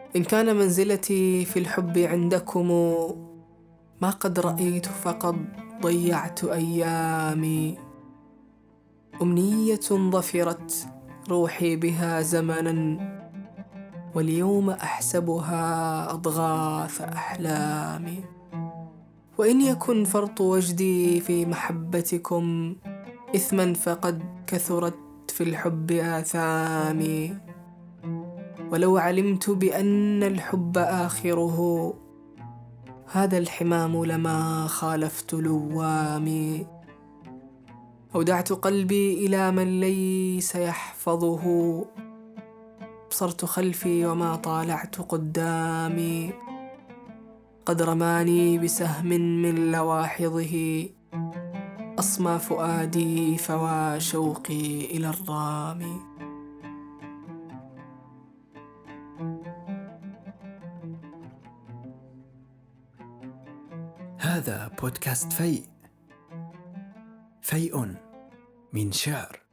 إن كان منزلتي في الحب عندكم، ما قد رأيت فقد ضيعت أيامي. أمنية ظفرت روحي بها زمنا، واليوم أحسبها أضغاث أحلامي. وإن يكن فرط وجدي في محبتكم إثما، فقد كثرت في الحب آثامي. ولو علمت بأن الحب آخره هذا الحمام، لما خالفت لوامي. أودعت قلبي إلى من ليس يحفظه، بصرت خلفي وما طالعت قدامي. قد رماني بسهم من لواحظه، أصمى فؤادي فوا شوقي إلى الرامي. هذا بودكاست فيء من شعر.